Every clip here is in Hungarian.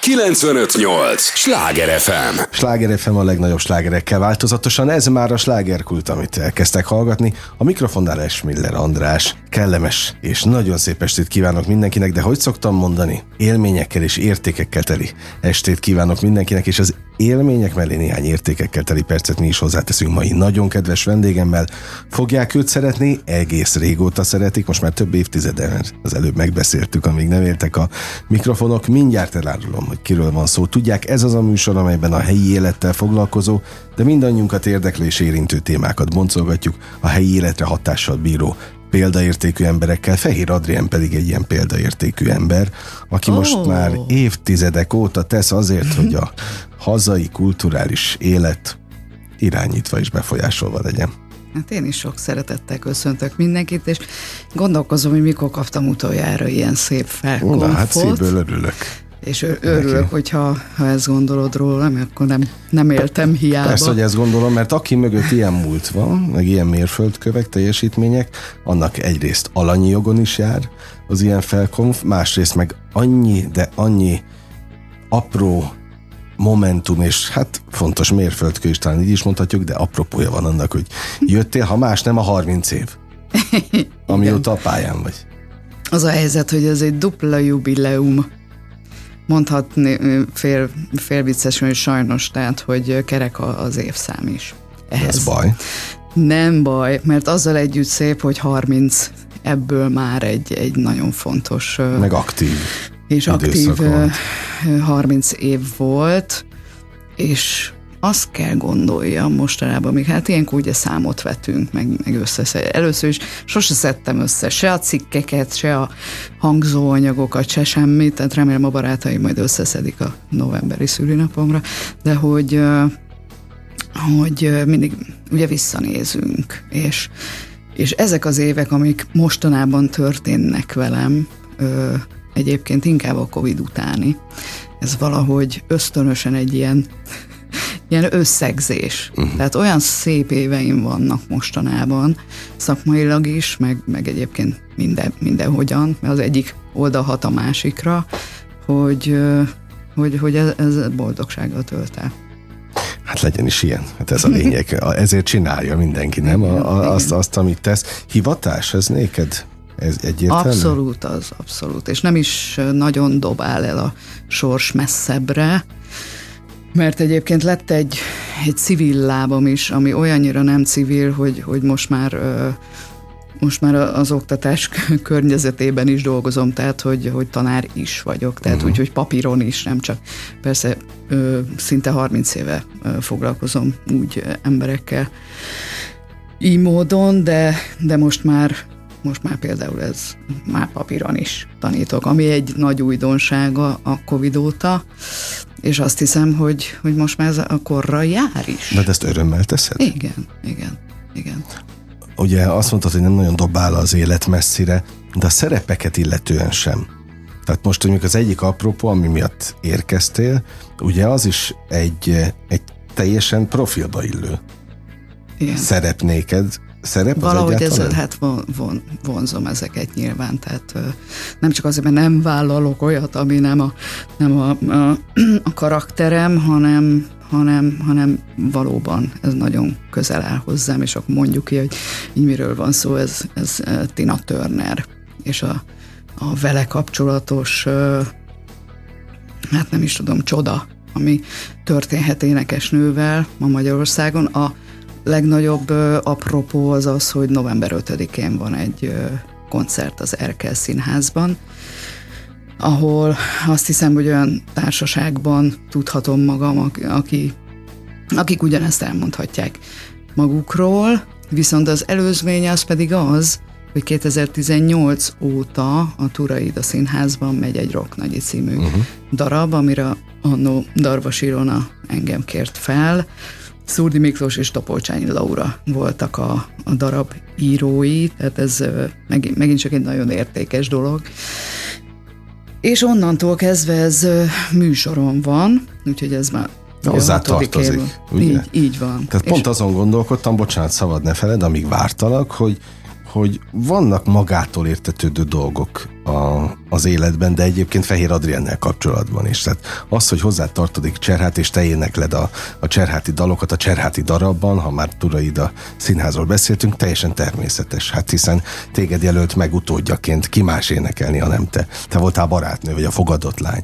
95.8 Sláger FM. Sláger FM a legnagyobb slágerekkel változatosan, ez már a slágerkult, amit elkezdtek hallgatni. A mikrofonnál Esmiller András. Kellemes és nagyon szép estét kívánok mindenkinek, de hogy szoktam mondani, élményekkel és értékekkel teli estét kívánok mindenkinek, és az élmények mellé néhány értékekkel teli percet mi is hozzáteszünk mai nagyon kedves vendégemmel. Fogják őt szeretni? Egész régóta szeretik, most már több évtizeden, mert az előbb megbeszéltük, amíg nem értek a mikrofonok. Mindjárt elárulom, hogy kiről van szó. Tudják, ez az a műsor, amelyben a helyi élettel foglalkozó, de mindannyiunkat érdeklő és érintő témákat boncolgatjuk, a helyi életre hatással bíró példaértékű emberekkel. Fehér Adrien pedig egy ilyen példaértékű ember, aki most már évtizedek óta tesz azért, hogy a hazai kulturális élet irányítva és befolyásolva legyen. Hát én is sok szeretettel köszöntök mindenkit, és gondolkozom, hogy mikor kaptam utoljára ilyen szép felkonfot. Na, hát szívből örülök. És örülök, hogyha ezt gondolod rólam, akkor nem éltem hiába. Persze, hogy ezt gondolom, mert aki mögött ilyen múlt van, meg ilyen mérföldkövek, teljesítmények, annak egyrészt alanyi jogon is jár az ilyen felkonf, másrészt meg annyi apró momentum, és hát fontos mérföldkő is, talán így is mondhatjuk, de apropója van annak, hogy jöttél, ha más nem, a 30 év, amióta a pályán vagy. Az a helyzet, hogy ez egy dupla jubileum. Mondhatni félviccesen, hogy sajnos, tehát, hogy kerek az évszám is. Ehhez. Ez baj? Nem baj, mert azzal együtt szép, hogy 30 ebből már egy nagyon fontos... Meg aktív. És aktív 30 év volt, és azt kell gondoljam mostanában, még hát ilyenkor ugye számot vetünk, meg összeszedjük. Először is sose szedtem össze se a cikkeket, se a hangzóanyagokat, se semmit, tehát remélem a barátaim majd összeszedik a novemberi szülinapomra, de hogy mindig ugye visszanézünk, és ezek az évek, amik mostanában történnek velem, egyébként inkább a Covid utáni, ez valahogy ösztönösen egy ilyen összegzés. Tehát olyan szép éveim vannak mostanában, szakmailag is, meg egyébként mindenhogyan, mert az egyik oldal hat a másikra, hogy ez boldogsággal tölt el. Hát legyen is ilyen, hát ez a lényeg. Ezért csinálja mindenki, nem? Azt, amit tesz. Hivatás, ez néked? Ez egyértelmű? Abszolút. És nem is nagyon dobál el a sors messzebbre, mert egyébként lett egy civil lábam is, ami olyannyira nem civil, hogy most már az oktatás környezetében is dolgozom, tehát hogy tanár is vagyok, tehát úgyhogy papíron is, nem csak persze szinte 30 éve foglalkozom úgy emberekkel így módon, de most már például ez már papíron is tanítok, ami egy nagy újdonsága a Covid óta, és azt hiszem, hogy most már ez a korra jár is. De ezt örömmel teszed? Igen. Ugye azt mondtad, hogy nem nagyon dobál az élet messzire, de a szerepeket illetően sem. Tehát most mondjuk az egyik apropó, ami miatt érkeztél, ugye az is egy teljesen profilba illő szerep néked. Valahogy ezzel hát vonzom ezeket nyilván, tehát nem csak azért, mert nem vállalok olyat, ami nem a karakterem, hanem valóban ez nagyon közel áll hozzám, és akkor mondjuk ki, hogy így miről van szó, ez Tina Turner, és a vele kapcsolatos, hát nem is tudom, csoda, ami történhet énekesnővel ma Magyarországon. A legnagyobb apropó az, hogy november 5-én van egy koncert az Erkel Színházban, ahol azt hiszem, hogy olyan társaságban tudhatom magam, akik ugyanezt elmondhatják magukról, viszont az előzménye az pedig az, hogy 2018 óta a Turaida Színházban megy egy Rock Nagyi című darab, amire annó Darvas Ilona engem kért fel. Szurdi Miklós és Topolcsányi Laura voltak a darab írói, tehát ez megint csak egy nagyon értékes dolog. És onnantól kezdve ez műsoron van, úgyhogy ez már hozzá tartozik, ugye? Így van. Tehát pont azon gondolkodtam, bocsánat, szabad ne feled, amíg vártalak, hogy hogy vannak magától értetődő dolgok az életben, de egyébként Fehér Adriennel kapcsolatban is. Tehát az, hogy hozzá tartozik Cserhát, és te énekled a cserháti dalokat a Cserháti darabban, ha már Turaida színházról beszéltünk, teljesen természetes. Hát hiszen téged jelölt meg utódjaként, ki más énekelni, ha nem te. Te voltál barátnő, vagy a fogadott lány.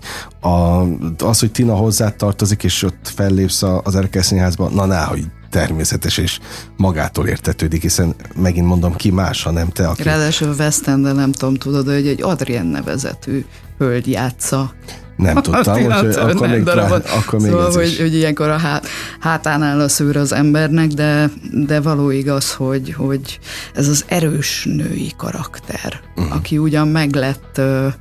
Az, hogy Tina hozzá tartozik, és ott fellépsz az Erkel Színházban, hogy természetes és magától értetődik, hiszen megint mondom, ki más, ha nem te, aki... Ráadásul West End-en nem tudom, tudod, hogy egy Adrien nevezetű hölgy játsza. Nem tudtam, úgyhogy akkor még szóval, hogy ilyenkor a hátánál a szőr az embernek, de való igaz, hogy ez az erős női karakter, aki ugyan meg lett,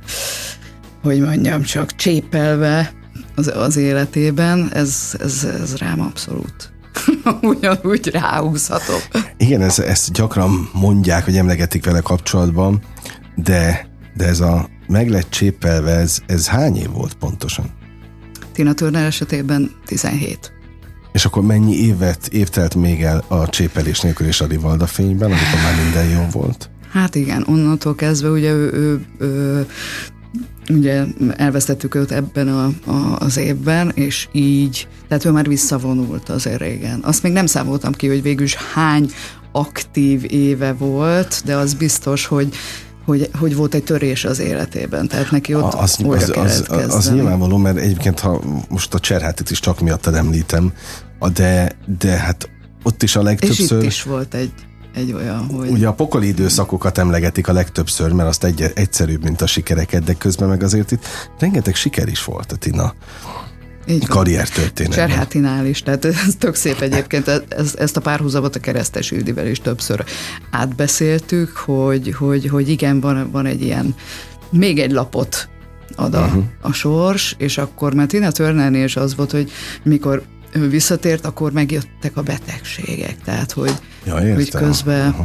hogy mondjam csak, csépelve az életében, ez rám abszolút ugyanúgy ráhúzhatok. Igen, ezt gyakran mondják, hogy emlegetik vele kapcsolatban, de ez a meg lett csépelve, ez hány év volt pontosan? Tina Turner esetében 17. És akkor mennyi év telt még el a csépelés nélkül és a Rivalda fényben, amikor már minden jó volt? Hát igen, onnantól kezdve ugye ő ugye elvesztettük őt ebben az évben, és így, tehát ő már visszavonult azért régen. Azt még nem számoltam ki, hogy végül is hány aktív éve volt, de az biztos, hogy volt egy törés az életében, tehát neki ott újra kellett kezdeni. Az nyilvánvaló, mert egyébként, ha most a Cserhátit is csak miattad említem, de hát ott is a legtöbbször... És itt is volt egy olyan, hogy... Ugye a pokoli időszakokat emlegetik a legtöbbször, mert azt egyszerűbb, mint a sikereket, de közben meg azért itt rengeteg siker is volt a Tina karriertörténetben. Cserhátinál is, tehát ez tök szép egyébként, ezt a párhuzamot a Keresztes Ildivel is többször átbeszéltük, hogy igen, van egy ilyen, még egy lapot ad a sors, és akkor, mert Tina Turnernél is az volt, hogy mikor ő visszatért, akkor megjöttek a betegségek, tehát hogy közben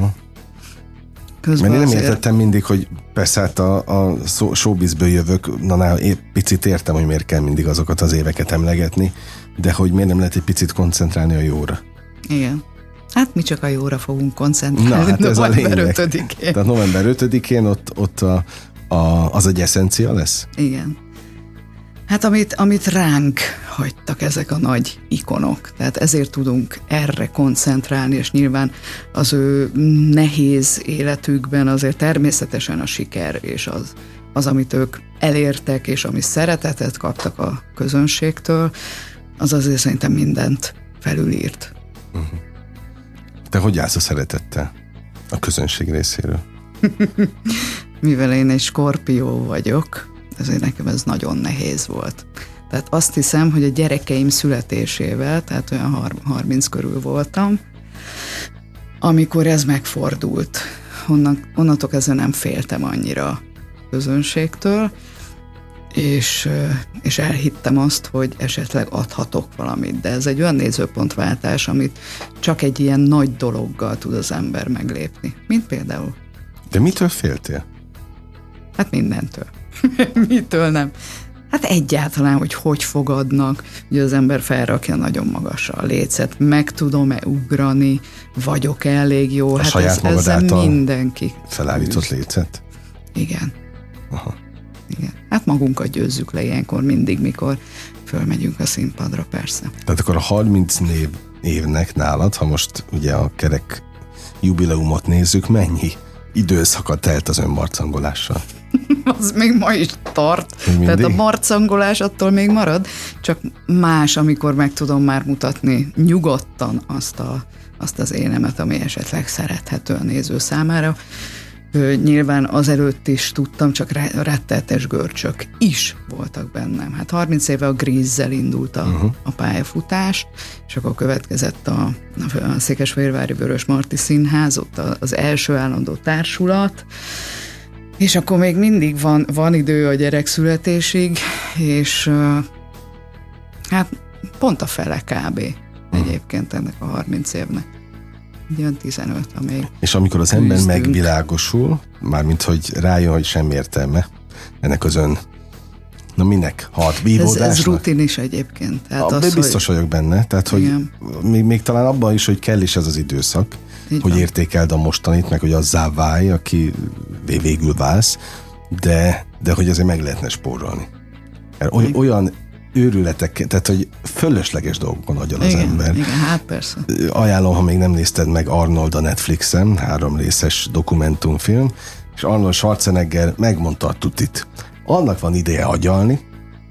mert én nem értettem mindig, hogy persze hát a showbizből jövök, picit értem, hogy miért kell mindig azokat az éveket emlegetni, de hogy miért nem lehet egy picit koncentrálni a jóra. Igen. Hát mi csak a jóra fogunk koncentrálni november 5-én. Tehát november 5-én ott az egy eszencia lesz? Igen. Hát amit ránk hagytak ezek a nagy ikonok, tehát ezért tudunk erre koncentrálni, és nyilván az ő nehéz életükben azért természetesen a siker, és az amit ők elértek, és ami szeretetet kaptak a közönségtől, az azért szerintem mindent felülírt. Te hogy állsz a szeretettel a közönség részéről? Mivel én egy skorpió vagyok, ezért nekem ez nagyon nehéz volt. Tehát azt hiszem, hogy a gyerekeim születésével, tehát olyan 30 körül voltam, amikor ez megfordult. Onnantól kezdve nem féltem annyira a közönségtől, és elhittem azt, hogy esetleg adhatok valamit. De ez egy olyan nézőpontváltás, amit csak egy ilyen nagy dologgal tud az ember meglépni. Mint például. De mitől féltél? Hát mindentől. Mitől nem? Hát egyáltalán, hogy fogadnak, hogy az ember felrakja nagyon magasra a lécet, meg tudom-e ugrani, vagyok elég jó, a hát saját magad ezzel által mindenki felállított lécet? Igen. Aha. Igen. Hát magunkat győzzük le ilyenkor mindig, mikor fölmegyünk a színpadra, persze. Tehát akkor a 30 évnek nálad, ha most ugye a kerek jubileumot nézzük, mennyi időszaka telt az önmarcangolással? Az még ma is tart. Tehát a marcangolás attól még marad, csak más, amikor meg tudom már mutatni nyugodtan azt az énemet, ami esetleg szerethető a néző számára. Nyilván azelőtt is tudtam, csak rettenetes görcsök is voltak bennem. Hát 30 éve a Grízzel indult a pályafutás, és akkor következett a Székesfehérvári Vörösmarty Színház, ott az első állandó társulat, és akkor még mindig van idő a gyerek születésig, és hát pont a fele kb. Egyébként ennek a 30 évnek. Ilyen 15, amíg és amikor az ember megvilágosul, mármint hogy rájön, hogy semmi értelme ennek az minek? Vívódásnak? Ez rutin is egyébként. Tehát biztos vagyok benne, tehát hogy még talán abban is, hogy kell is ez az időszak, hogy értékeld a mostanit, meg hogy azzá válj, aki végül válsz, de hogy azért meg lehetne spórolni. Olyan őrületek, tehát hogy fölösleges dolgokon agyon az ember. Igen, hát persze. Ajánlom, ha még nem nézted meg Arnold a Netflixen, 3 részes dokumentumfilm, és Arnold Schwarzenegger megmondta a tutit. Annak van ideje agyalni,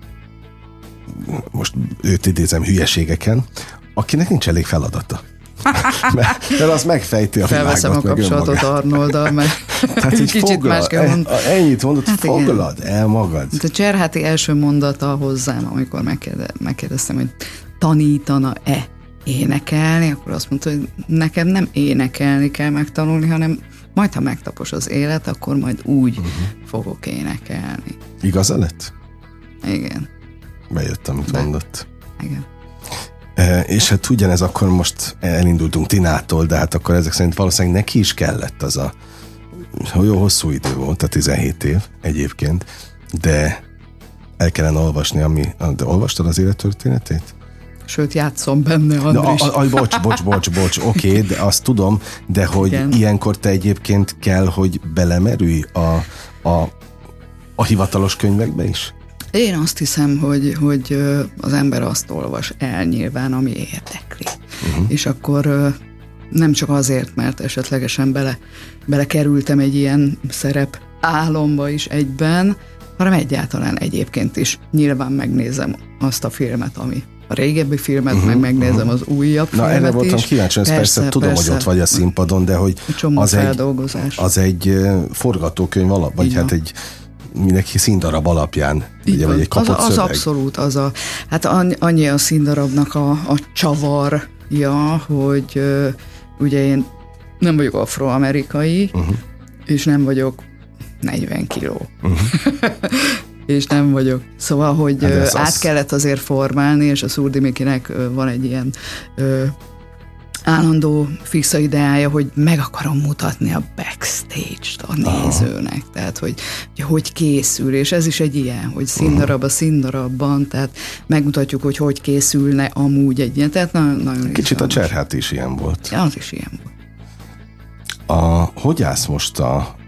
most őt idézem hülyeségeken, akinek nincs elég feladata. mert az megfejti a világot. Felveszem a kapcsolatot Arnolddal, mert kicsit más kell mondani. Ennyit mondod, hát foglald el magad. A Cserháti első mondata hozzám, amikor megkérdeztem, hogy tanítana-e énekelni, akkor azt mondta, hogy nekem nem énekelni kell megtanulni, hanem majd, ha megtapos az élet, akkor majd úgy fogok énekelni. Igaza lett? Igen. Bejött, amit mondott. Igen. És hát ugyanez akkor most elindultunk Tinától, de hát akkor ezek szerint valószínűleg neki is kellett az a jó hosszú idő volt, a 17 év egyébként, de el kellene olvasni, de olvastad az élettörténetét? Sőt, játszom benne, Andris. Bocs, oké, de azt tudom, de hogy igen. Ilyenkor te egyébként kell, hogy belemerülj a hivatalos könyvekbe is? Én azt hiszem, hogy az ember azt olvas el nyilván, ami érdekli. És akkor nem csak azért, mert esetlegesen belekerültem egy ilyen szerep álomba is egyben, hanem egyáltalán egyébként is nyilván megnézem azt a filmet, ami a régebbi filmet, meg megnézem az újabb filmet is. Na, erre voltam kíváncsi, persze, tudom, hogy ott vagy a színpadon, de hogy az egy forgatókönyv alap, vagy hát egy mindenki színdarab alapján, ugye, vagy egy kapott az abszolút, hát annyi a színdarabnak a csavarja, hogy ugye én nem vagyok afroamerikai, és nem vagyok 40 kiló. És nem vagyok. Szóval, hogy át kellett azért formálni, és a Szurdi Mikinek van egy ilyen állandó fixa ideája, hogy meg akarom mutatni a backstage-t a nézőnek. Tehát, hogy készül, és ez is egy ilyen, hogy színdarab a színdarabban, tehát megmutatjuk, hogy készülne amúgy egy ilyen. Tehát nagyon kicsit a Cserháti is ilyen volt. Ja, az is ilyen volt. Hogy állsz most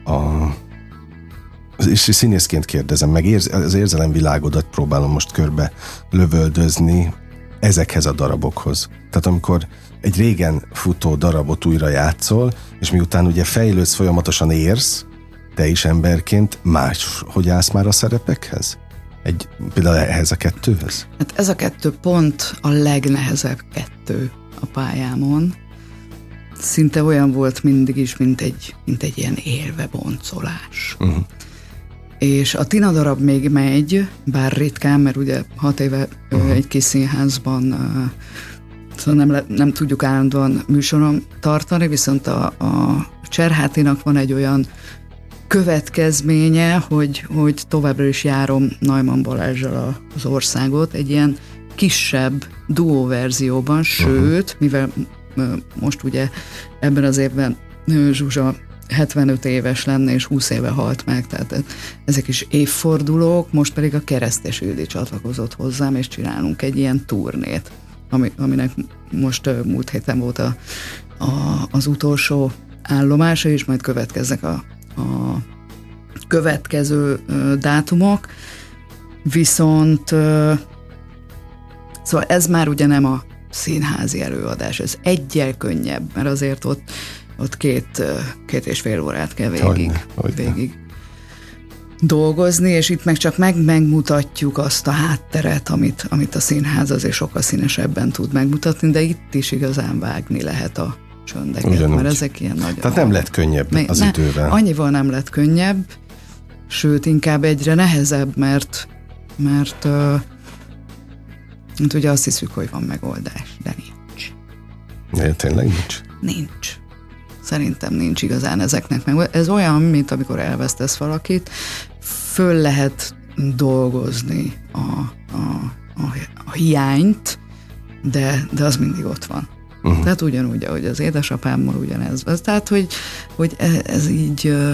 és színészként kérdezem, meg az érzelemvilágodat próbálom most körbe lövöldözni ezekhez a darabokhoz. Tehát amikor egy régen futó darabot újra játszol, és miután ugye fejlődsz, folyamatosan érsz, te is emberként, hogy állsz már a szerepekhez? Például ehhez a kettőhöz? Hát ez a kettő pont a legnehezebb kettő a pályámon. Szinte olyan volt mindig is, mint egy ilyen élveboncolás. És a Tina darab még megy, bár ritkán, mert ugye 6 éve egy kis színházban szóval nem tudjuk állandóan műsoron tartani, viszont a Cserhátinak van egy olyan következménye, hogy továbbra is járom Neumann Balázsral az országot egy ilyen kisebb duó verzióban, sőt, mivel most ugye ebben az évben Zsuzsa 75 éves lenne, és 20 éve halt meg, tehát ezek is évfordulók, most pedig a Keresztes Ildi csatlakozott hozzám, és csinálunk egy ilyen turnét, aminek most múlt héten volt az utolsó állomása, és majd következnek a következő dátumok, viszont szóval ez már ugye nem a színházi előadás, ez egyel könnyebb, mert azért ott két és fél órát kell végig dolgozni, és itt meg csak megmutatjuk azt a hátteret, amit a színház azért sokkal színesebben tud megmutatni, de itt is igazán vágni lehet a csöndeket, ugyanúgy. Mert ezek ilyen nagyon... Tehát nem lett könnyebb az idővel. Annyival nem lett könnyebb, sőt, inkább egyre nehezebb, mert ugye azt hiszük, hogy van megoldás, de nincs. De tényleg nincs? Nincs. Szerintem nincs igazán ezeknek meg. Ez olyan, mint amikor elvesztesz valakit, föl lehet dolgozni a hiányt, de az mindig ott van. Tehát ugyanúgy, ahogy az édesapámmal ugyanez. Tehát, hogy ez így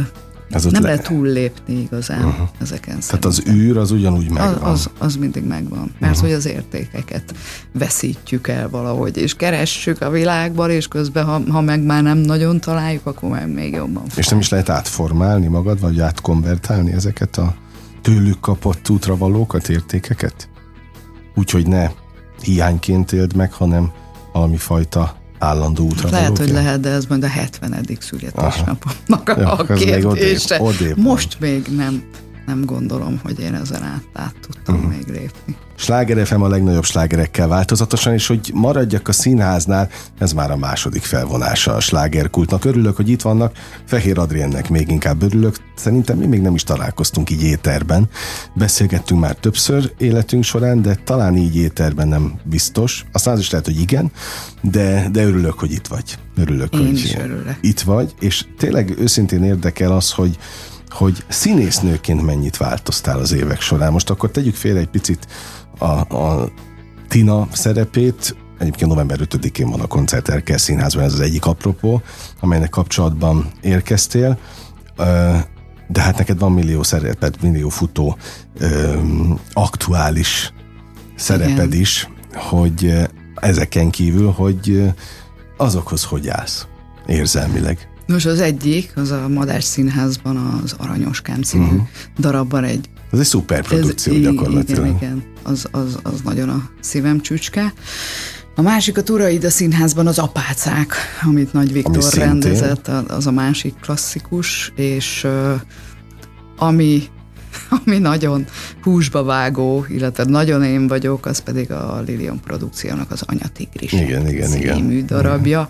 Nem lehet túllépni igazán ezeken. Tehát az űr az ugyanúgy megvan. Az mindig megvan. Mert hogy az értékeket veszítjük el valahogy, és keressük a világban, és közben, ha meg már nem nagyon találjuk, akkor meg még jobban. És nem is lehet átformálni magad, vagy átkonvertálni ezeket a tőlük kapott útravalókat, értékeket? Úgyhogy ne hiányként éld meg, hanem valami fajta állandó útra lehet, hogy lehet, de ez majd a 70. születésnapomnak a kérdése. Odébb most még nem gondolom, hogy én ezen át tudtam még lépni. Sláger FM a legnagyobb slágerekkel változatosan, és hogy maradjak a színháznál, ez már a második felvonása a slágerkultnak. Örülök, hogy itt vannak, Fehér Adriennek még inkább örülök. Szerintem mi még nem is találkoztunk így éterben. Beszélgettünk már többször életünk során, de talán így éterben nem biztos. Aztán az is lehet, hogy igen, de örülök, hogy itt vagy. Örülök, én hogy is örülök. Itt vagy, és tényleg őszintén érdekel az, hogy színésznőként mennyit változtál az évek során. Most akkor tegyük félre egy picit a Tina szerepét. Egyébként november 5-én van a koncert Erkel Színházban, ez az egyik apropó, amelynek kapcsolatban érkeztél. De hát neked van millió szereped, millió futó aktuális szereped igen. is, hogy ezeken kívül, hogy azokhoz hogy állsz érzelmileg? Nos, az egyik, az a Madách Színházban az Aranyoskám című darabban egy... Ez egy szuper produkció gyakorlatilag. Igen, az nagyon a szívem csücske. A másik a Turaida Színházban az Apácák, amit Nagy Viktor rendezett, az a másik klasszikus, és ami nagyon húsba vágó, illetve nagyon én vagyok, az pedig a Lilium produkciónak az Anyatigris című darabja.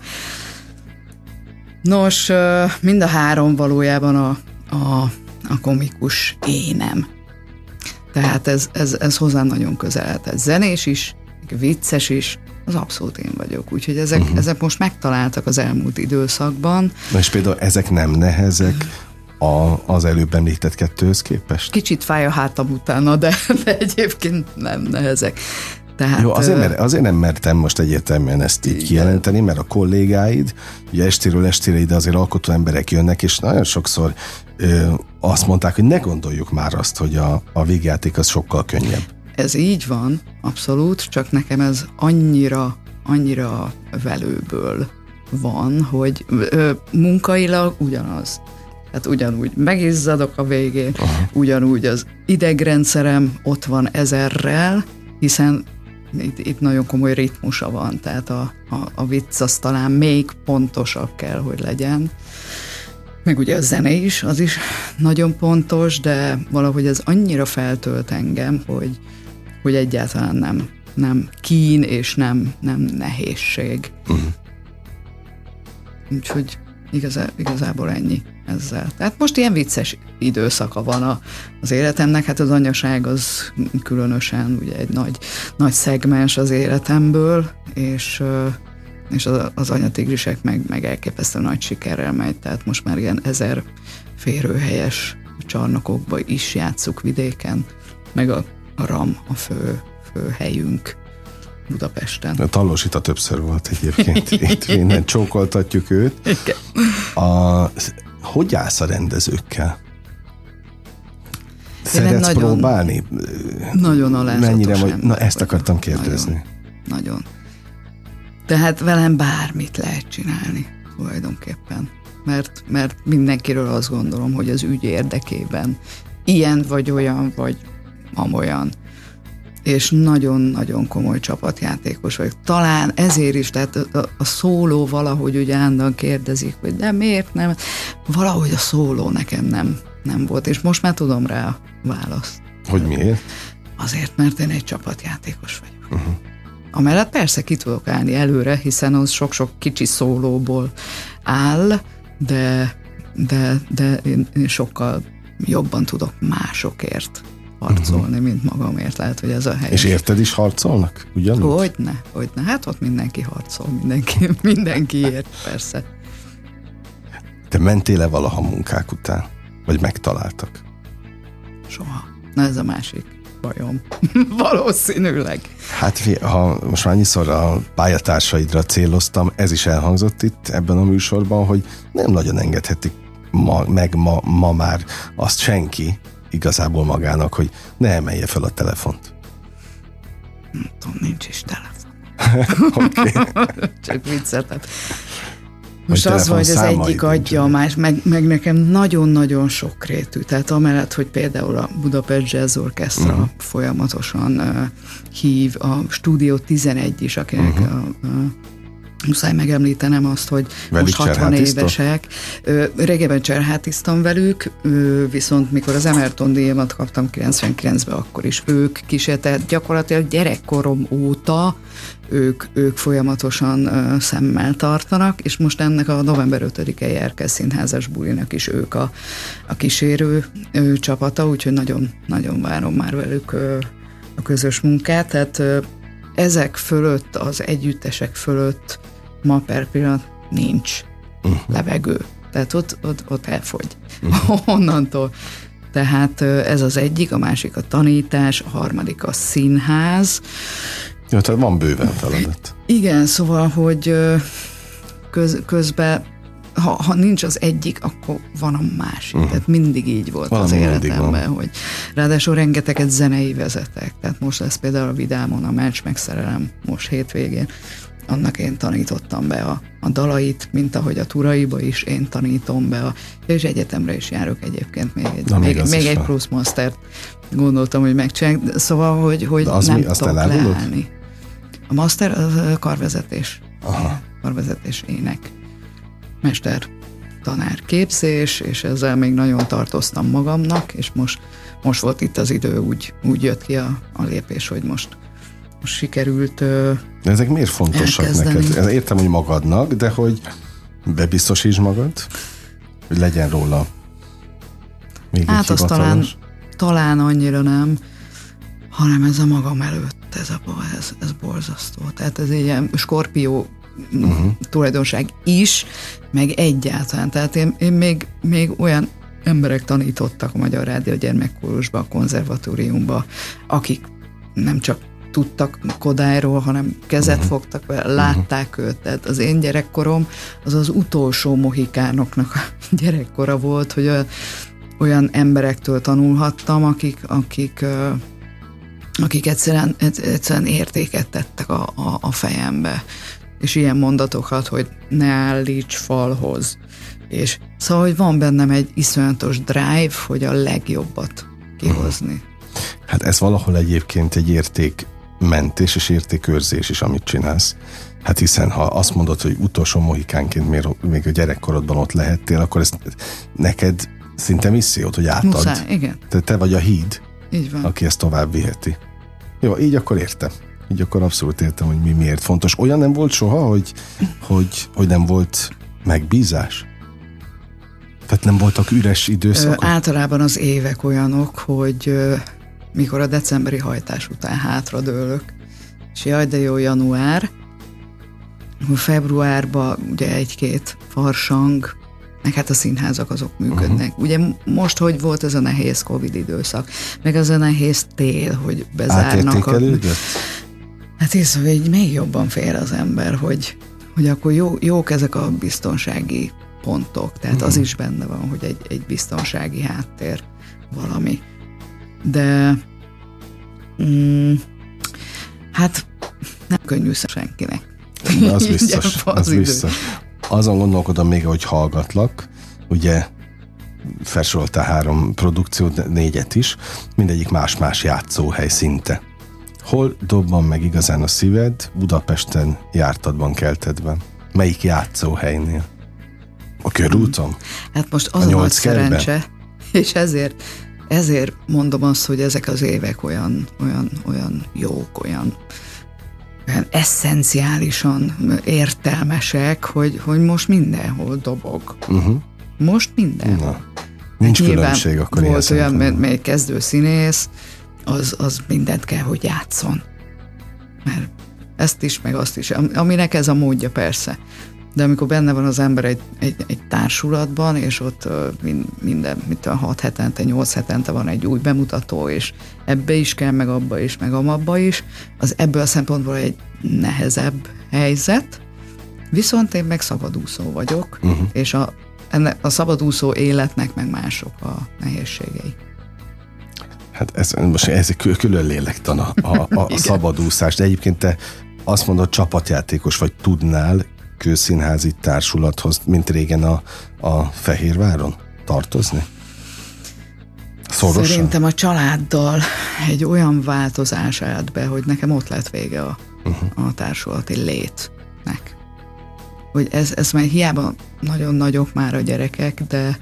Nos, mind a három valójában a komikus énem. Tehát ez hozzám nagyon közel. Tehát zenés is, vicces is, az abszolút én vagyok. Úgyhogy ezek most megtaláltak az elmúlt időszakban. Na és például ezek nem nehezek az előbb említett kettőhöz képest? Kicsit fáj a hátam utána, de egyébként nem nehezek. Tehát, jó, azért nem mertem most egyértelműen ezt így kijelenteni, mert a kollégáid, ugye estéről estére ide azért alkotó emberek jönnek, és nagyon sokszor azt mondták, hogy ne gondoljuk már azt, hogy a végjáték az sokkal könnyebb. Ez így van, abszolút, csak nekem ez annyira velőből van, hogy munkailag ugyanaz. Tehát ugyanúgy megizzadok a végén, ugyanúgy az idegrendszerem ott van 1000-rel, hiszen itt nagyon komoly ritmusa van, tehát a vicc az talán még pontosabb kell, hogy legyen. Meg ugye a zene is, az is nagyon pontos, de valahogy ez annyira feltölt engem, hogy egyáltalán nem kín és nem nehézség. Úgyhogy igazából ennyi ezzel. Tehát most ilyen vicces időszaka van az életemnek, hát az anyaság az különösen ugye egy nagy szegmens az életemből, és az Anyatigrisek meg elképesztő nagy sikerrel megy, tehát most már ilyen 1000 férőhelyes csarnokokba is játsszuk vidéken, meg a RAM a fő helyünk Budapesten. A Tallósita többször volt egyébként. Itt minden csókoltatjuk őt. Igen. Hogy állsz a rendezőkkel? Szeretsz próbálni? Nagyon alázatos ember. Na, ezt akartam kérdezni. Nagyon. Tehát velem bármit lehet csinálni tulajdonképpen. Mert mindenkiről azt gondolom, hogy az ügy érdekében ilyen vagy olyan, vagy amolyan. És nagyon-nagyon komoly csapatjátékos vagyok. Talán ezért is, tehát a szóló valahogy ugye állandóan kérdezik, hogy de miért nem? Valahogy a szóló nekem nem volt, és most már tudom rá a választ. Hogy miért? Azért, mert én egy csapatjátékos vagyok. Amellett persze ki tudok állni előre, hiszen az sok-sok kicsi szólóból áll, de én sokkal jobban tudok másokért harcolni, mint magamért. Lehet, hogy ez a helyes. És érted is harcolnak? Ugyanúgy? Hogyne. Hát ott mindenki harcol, mindenkiért, persze. Te mentél-e valaha munkák után? Vagy megtaláltak? Soha. Na ez a másik bajom. Valószínűleg. Hát ha most már annyiszor a pályatársaidra céloztam, ez is elhangzott itt ebben a műsorban, hogy nem nagyon engedhetik ma már azt senki igazából magának, hogy ne emelje fel a telefont. Nem tudom, nincs is telefon. Okay. Csak vicceltem. Most az, hogy az egyik adja a más, meg nekem nagyon-nagyon sokrétű. Tehát amellett, hogy például a Budapest Jazz Orchestra folyamatosan hív, a Stúdió 11 is, akinek muszáj megemlítenem azt, hogy velük most 60 évesek. Régebben cserhátiztam velük, viszont mikor az Emerton díjamat kaptam 99-ben, akkor is ők kísértek. Gyakorlatilag gyerekkorom óta ők folyamatosan szemmel tartanak, és most ennek a november 5-i Erkel Színházas bulinak is ők a kísérő csapata, úgyhogy nagyon, nagyon várom már velük a közös munkát. Tehát ezek fölött, az együttesek fölött ma per pillanat nincs levegő. Tehát ott elfogy onnantól. Tehát ez az egyik, a másik a tanítás, a harmadik a színház. Ja, tehát van bőven feladat. Igen, szóval, hogy közben, ha nincs az egyik, akkor van a másik. Tehát mindig így volt valami az életemben, hogy ráadásul rengeteget zenei vezetek. Tehát most lesz például a Vidámon a Meccs megszerelem most hétvégén. Annak én tanítottam be a dalait, mint ahogy a Turaiba is én tanítom be, és egyetemre is járok egyébként még egy plusz mastert gondoltam, hogy megcsinálják. Szóval, hogy nem tudok leállni. A master az karvezetés. Aha. Karvezetés, ének. Mester tanár képzés, és ezzel még nagyon tartoztam magamnak, és most volt itt az idő, úgy jött ki a lépés, hogy most sikerült de ezek miért fontosak elkezdeni neked? Értem, hogy magadnak, de hogy bebiztosítsd magad, hogy legyen róla még egy hivatalos. Azt talán annyira nem, hanem ez a magam előtt, ez borzasztó. Tehát ez egy ilyen skorpió tulajdonság is, meg egyáltalán. Tehát én még olyan emberek tanítottak a Magyar Rádió Gyermekkórusba, a konzervatóriumba, akik nem csak tudtak Kodályról, hanem kezet fogtak vele, látták őt. Tehát az én gyerekkorom az utolsó mohikánoknak a gyerekkora volt, hogy olyan emberektől tanulhattam, akik egyszerűen értéket tettek a fejembe. És ilyen mondatokat, hogy ne állíts falhoz. És szóval, hogy van bennem egy iszonyatos drive, hogy a legjobbat kihozni. Hát ez valahol egyébként egy értékmentés és értékőrzés is, amit csinálsz. Hát hiszen, ha azt mondod, hogy utolsó mohikánként még a gyerekkorodban ott lehettél, akkor ez neked szinte missziót, hogy átad. Muszáj, igen. Te vagy a híd, így van, aki ezt tovább viheti. Jó, így akkor értem. Így akkor abszolút értem, hogy miért fontos. Olyan nem volt soha, hogy nem volt megbízás? Tehát nem voltak üres időszakok? Általában az évek olyanok, hogy mikor a decemberi hajtás után hátradőlök, és jaj, de jó január, februárban ugye egy-két farsang, meg hát a színházak azok működnek. Ugye most, hogy volt ez a nehéz Covid időszak, meg az a nehéz tél, hogy bezárnak. Átértékelődött? Hát hisz, hogy így még jobban fél az ember, hogy akkor jók ezek a biztonsági pontok, tehát az is benne van, hogy egy biztonsági háttér valami. De hát nem könnyű senkinek. Az biztos, az biztos. Azon gondolkodom még, hogy hallgatlak, ugye felsoroltál 3 produkciót, 4-et is, mindegyik más-más játszóhely szinte. Hol dobban meg igazán a szíved? Budapesten, Jártadban, Keltedben. Melyik játszóhelynél? A Körúton? Hát most az a nagy szerencse, és ezért mondom azt, hogy ezek az évek olyan jók, olyan esszenciálisan értelmesek, hogy most mindenhol dobog. Most mindenhol. Na, nincs különbség akkor ilyen volt olyan, mert kezdő színész, az mindent kell, hogy játszon. Mert ezt is, meg azt is. Aminek ez a módja persze. De amikor benne van az ember egy társulatban, és ott minden 6 hetente, 8 hetente van egy új bemutató, és ebbe is kell, meg abba is, meg amabba is, az ebből a szempontból egy nehezebb helyzet, viszont én meg szabadúszó vagyok, és ennek a szabadúszó életnek meg mások a nehézségei. Hát ez egy külön lélektan a szabadúszás. De egyébként te azt mondod, csapatjátékos vagy, tudnál kőszínházi társulathoz, mint régen a Fehérváron tartozni? Szorosan? Szerintem a családdal egy olyan változás állt be, hogy nekem ott lett vége a társulati létnek. Hogy ez már hiába nagyon nagyok már a gyerekek,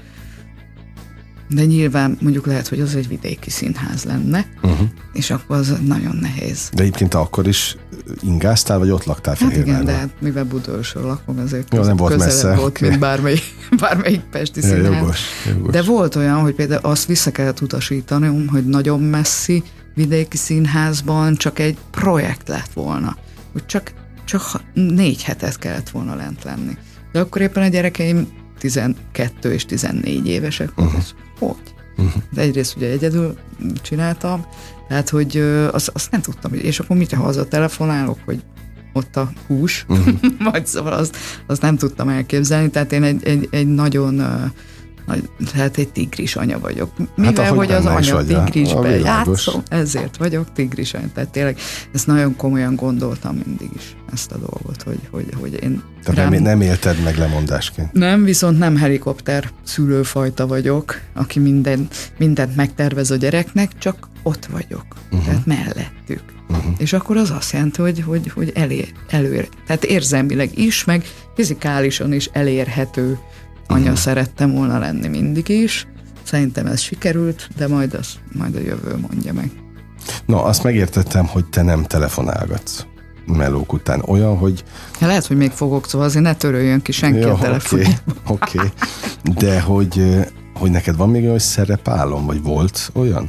de nyilván mondjuk lehet, hogy az egy vidéki színház lenne, és akkor az nagyon nehéz. De egyébként akkor is ingáztál, vagy ott laktál Fehérváron? Hát igen, de hát mivel Budaörsön lakom, ezért nem volt messze. Volt, mint bármelyik pesti színház. Jogos. De volt olyan, hogy például azt vissza kellett utasítanom, hogy nagyon messzi vidéki színházban csak egy projekt lett volna. Hogy csak 4 hetet kellett volna lent lenni. De akkor éppen a gyerekeim 12 és 14 évesek. Hogy? De egyrészt ugye egyedül csináltam, tehát hogy azt nem tudtam, és akkor mit, ha haza telefonálok, hogy ott a hús, vagy szóval azt nem tudtam elképzelni, tehát én egy nagyon hát egy tigris anya vagyok. Mivel, hogy az anya tigrisbe játszom, ezért vagyok tigris anya. Tehát tényleg ezt nagyon komolyan gondoltam mindig is, ezt a dolgot, hogy én... Tehát nem élted meg lemondásként? Nem, viszont nem helikopter szülőfajta vagyok, aki mindent megtervez a gyereknek, csak ott vagyok. Tehát mellettük. És akkor az azt jelenti, hogy előre. Tehát érzelmileg is, meg fizikálisan is elérhető anya szerettem volna lenni mindig is. Szerintem ez sikerült, de majd a jövő mondja meg. No, azt megértettem, hogy te nem telefonálgatsz melók után. Olyan, hogy... Lehet, hogy még fogok, szóval azért ne töröljön ki senki a telefonjába. Oké. De hogy neked van még olyan szerepálom, vagy volt olyan?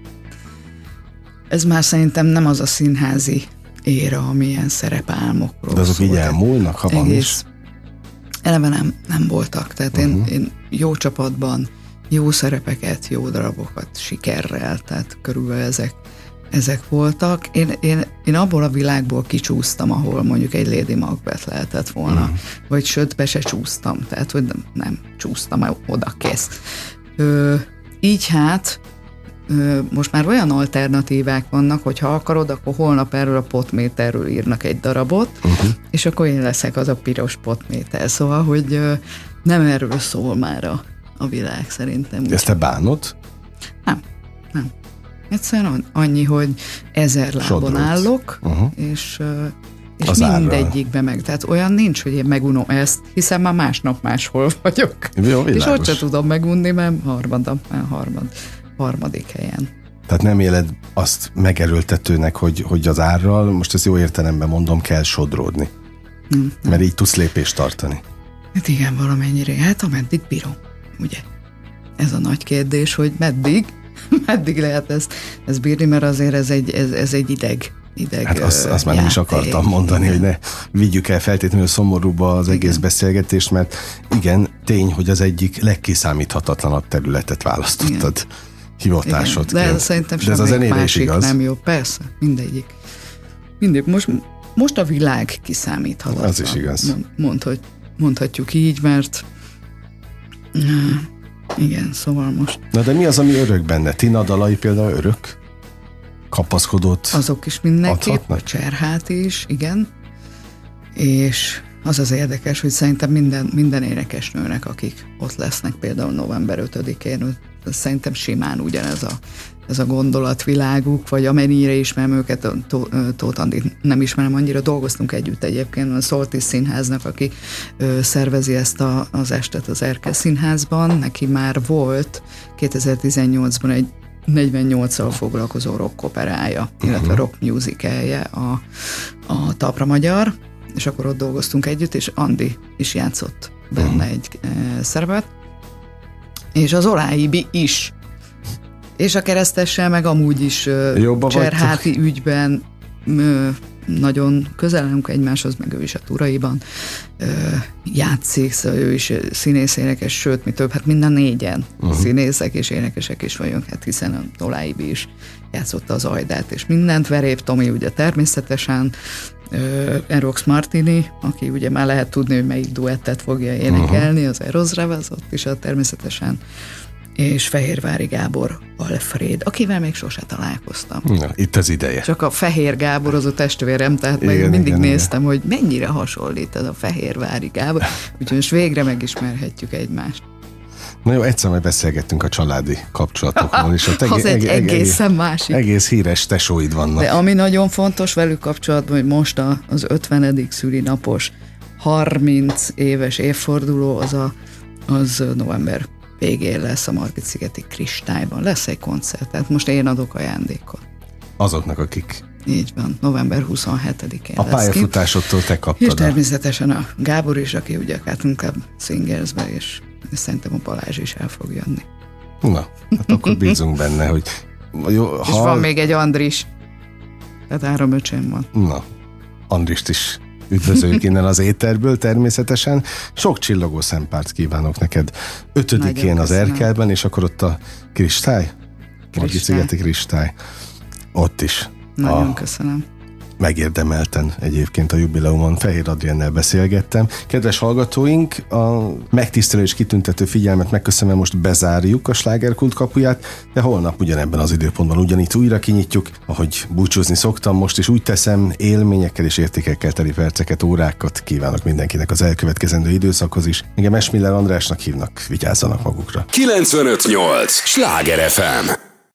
Ez már szerintem nem az a színházi éra, amilyen szerepálmokról. De azok így elmúlnak, ha van is? Eleve nem voltak. Tehát én jó csapatban, jó szerepeket, jó darabokat, sikerrel, tehát körülbelül ezek voltak. Én abból a világból kicsúsztam, ahol mondjuk egy Lady Macbeth lehetett volna, vagy sötbe se csúsztam, tehát hogy nem csúsztam, oda kész. Így hát most már olyan alternatívák vannak, hogy ha akarod, akkor holnap erről a potméterről írnak egy darabot, és akkor én leszek az a piros potméter. Szóval, hogy nem erről szól már a világ szerintem. Ezt te bánod? Nem. Egyszerűen annyi, hogy 1000 lábon állok, és mindegyikbe meg. Tehát olyan nincs, hogy én megunom ezt, hiszen már másnap máshol vagyok. Jó, és ott se tudom megunni, mert harmadik helyen. Tehát nem éled azt megerőltetőnek, hogy az árral, most ezt jó értelemben mondom, kell sodródni. Mert így tudsz lépést tartani. Hát igen, valamennyire. Hát ameddig bírom, ugye? Ez a nagy kérdés, hogy meddig lehet ezt bírni, mert azért ez egy ideg. Hát azt már nem is akartam mondani, hogy ne vigyük el feltétlenül szomorúba az egész beszélgetést, mert igen, tény, hogy az egyik legkiszámíthatatlanabb területet választottad hivatásodként. De szerintem ez a zenére is igaz. Nem jó, persze, mindegyik. Most a világ kiszámíthatatlan. Az is igaz. Mondhatjuk így, mert igen, szóval most. Na de mi az, ami örök benne? Tina dalai például örök? Kapaszkodott. Azok is mindenképp, a Cserhát is, igen. És az érdekes, hogy szerintem minden énekesnőnek, akik ott lesznek például november 5-én, szerintem simán ugyanez ez a gondolatviláguk, vagy amennyire ismerem őket, Tóth Andit nem ismerem annyira, dolgoztunk együtt egyébként a Szoltis Színháznak, aki szervezi ezt az estet az Erkel Színházban, neki már volt 2018-ban egy 48-szal foglalkozó rock operája, illetve rock musicalje a Talpra Magyar, és akkor ott dolgoztunk együtt, és Andi is játszott benne egy szerepet, és az Oláibi is. És a Keresztessel meg amúgy is Cserháti ügyben nagyon közel állunk egymáshoz, meg ő is a Turaiban játszik, szóval ő is színész, énekes, sőt, mi több, hát mind a 4-en színészek és énekesek is vagyunk, hát hiszen a Oláibi is játszotta az Ajdát, és mindent, Verép Tomi ugye természetesen, Erox Martini, aki ugye már lehet tudni, hogy melyik duettet fogja énekelni, az Eros Ravazott is természetesen, és Fehérvári Gábor Alfred, akivel még sose találkoztam. Na, itt az ideje. Csak a Fehér Gábor az a testvérem, tehát igen, mindig néztem, hogy mennyire hasonlít ez a Fehérvári Gábor, úgyhogy most végre megismerhetjük egymást. Na jó, egyszer majd beszélgettünk a családi kapcsolatokról, és ott az egy egészen másik. Egész híres tesóid vannak. De ami nagyon fontos velük kapcsolatban, hogy most az 50. szülinapos 30 éves évforduló, az november végén lesz a Margit-szigeti Kristályban. Lesz egy koncert, tehát most én adok ajándékot. Azoknak, akik... Így van, november 27-én a pályafutásodtól te kaptad. És természetesen a Gábor is, aki ugye a Cotton Club Singersbe, és szerintem a Balázs is el fog jönni. Na, hát akkor bízunk benne, hogy... Jó, és van még egy Andris. Tehát 3 öcsém van. Na, Andrist is üdvözöljük innen az éterből természetesen. Sok csillogó szempárt kívánok neked 5-én az Erkelben, és akkor ott a Kristály? Margit-szigeti Kristály. Ott is. Nagyon köszönöm. Megérdemelten egyébként a jubileumon Fehér Adriennel beszélgettem. Kedves hallgatóink, a megtisztelő és kitüntető figyelmet megköszönve most bezárjuk a Slágerkult kapuját, de holnap ugyanebben az időpontban ugyanitt újra kinyitjuk, ahogy búcsúzni szoktam, most is úgy teszem, élményekkel és értékekkel teli perceket, órákat kívánok mindenkinek az elkövetkezendő időszakhoz is. Engem Esmiller Andrásnak hívnak, vigyázzanak magukra. 95.8 Sláger FM.